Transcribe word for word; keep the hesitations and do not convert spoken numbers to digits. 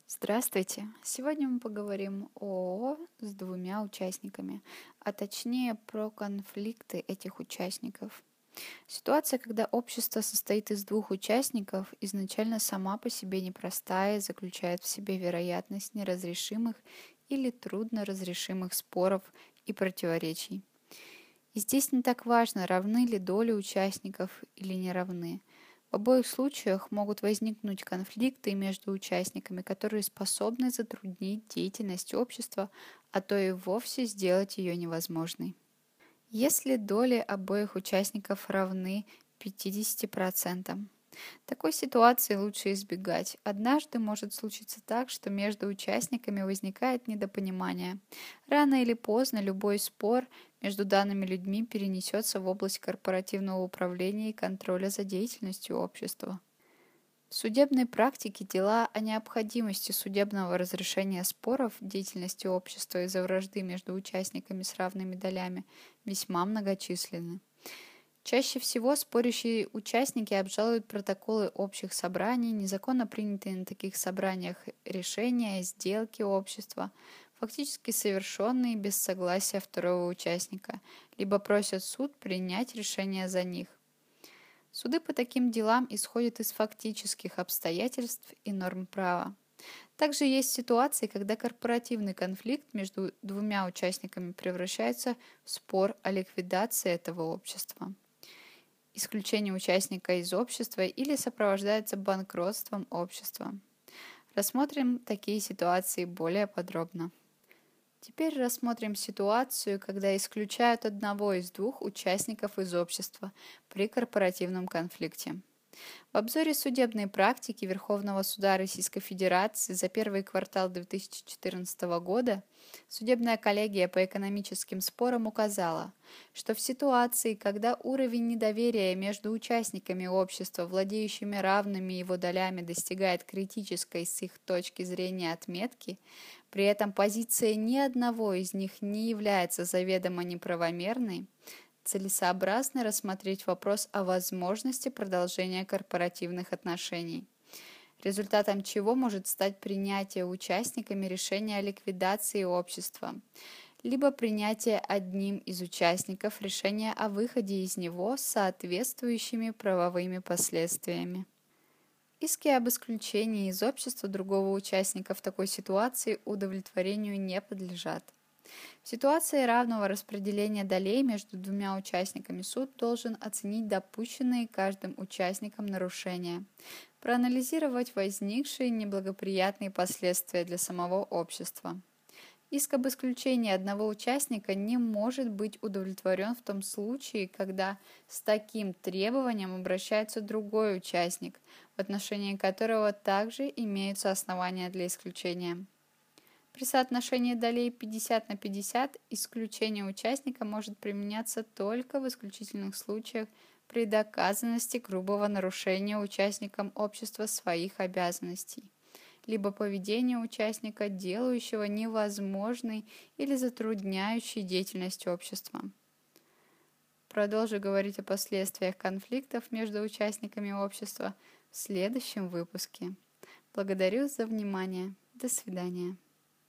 Здравствуйте! Сегодня мы поговорим о с двумя участниками, а точнее про конфликты этих участников. Ситуация, когда общество состоит из двух участников, изначально сама по себе непростая и заключает в себе вероятность неразрешимых или трудно разрешимых споров и противоречий. И здесь не так важно, равны ли доли участников или не равны. В обоих случаях могут возникнуть конфликты между участниками, которые способны затруднить деятельность общества, а то и вовсе сделать ее невозможной. Если доли обоих участников равны пятидесяти процентам, такой ситуации лучше избегать. Однажды может случиться так, что между участниками возникает недопонимание. Рано или поздно любой спор между данными людьми перенесется в область корпоративного управления и контроля за деятельностью общества. В судебной практике дела о необходимости судебного разрешения споров деятельности общества из-за вражды между участниками с равными долями весьма многочисленны. Чаще всего спорящие участники обжалуют протоколы общих собраний, незаконно принятые на таких собраниях решения, сделки общества, фактически совершенные без согласия второго участника, либо просят суд принять решение за них. Суды по таким делам исходят из фактических обстоятельств и норм права. Также есть ситуации, когда корпоративный конфликт между двумя участниками превращается в спор о ликвидации этого общества, исключение участника из общества или сопровождается банкротством общества. Рассмотрим такие ситуации более подробно. Теперь рассмотрим ситуацию, когда исключают одного из двух участников из общества при корпоративном конфликте. В обзоре судебной практики Верховного суда Российской Федерации за первый квартал две тысячи четырнадцатого года судебная коллегия по экономическим спорам указала, что в ситуации, когда уровень недоверия между участниками общества, владеющими равными его долями, достигает критической с их точки зрения отметки, при этом позиция ни одного из них не является заведомо неправомерной, целесообразно рассмотреть вопрос о возможности продолжения корпоративных отношений, результатом чего может стать принятие участниками решения о ликвидации общества, либо принятие одним из участников решения о выходе из него с соответствующими правовыми последствиями. Иски об исключении из общества другого участника в такой ситуации удовлетворению не подлежат. В ситуации равного распределения долей между двумя участниками суд должен оценить допущенные каждым участником нарушения, проанализировать возникшие неблагоприятные последствия для самого общества. Иск об исключении одного участника не может быть удовлетворен в том случае, когда с таким требованием обращается другой участник, в отношении которого также имеются основания для исключения. При соотношении долей пятьдесят на пятьдесят исключение участника может применяться только в исключительных случаях при доказанности грубого нарушения участником общества своих обязанностей, либо поведения участника, делающего невозможной или затрудняющей деятельность общества. Продолжу говорить о последствиях конфликтов между участниками общества в следующем выпуске. Благодарю за внимание. До свидания.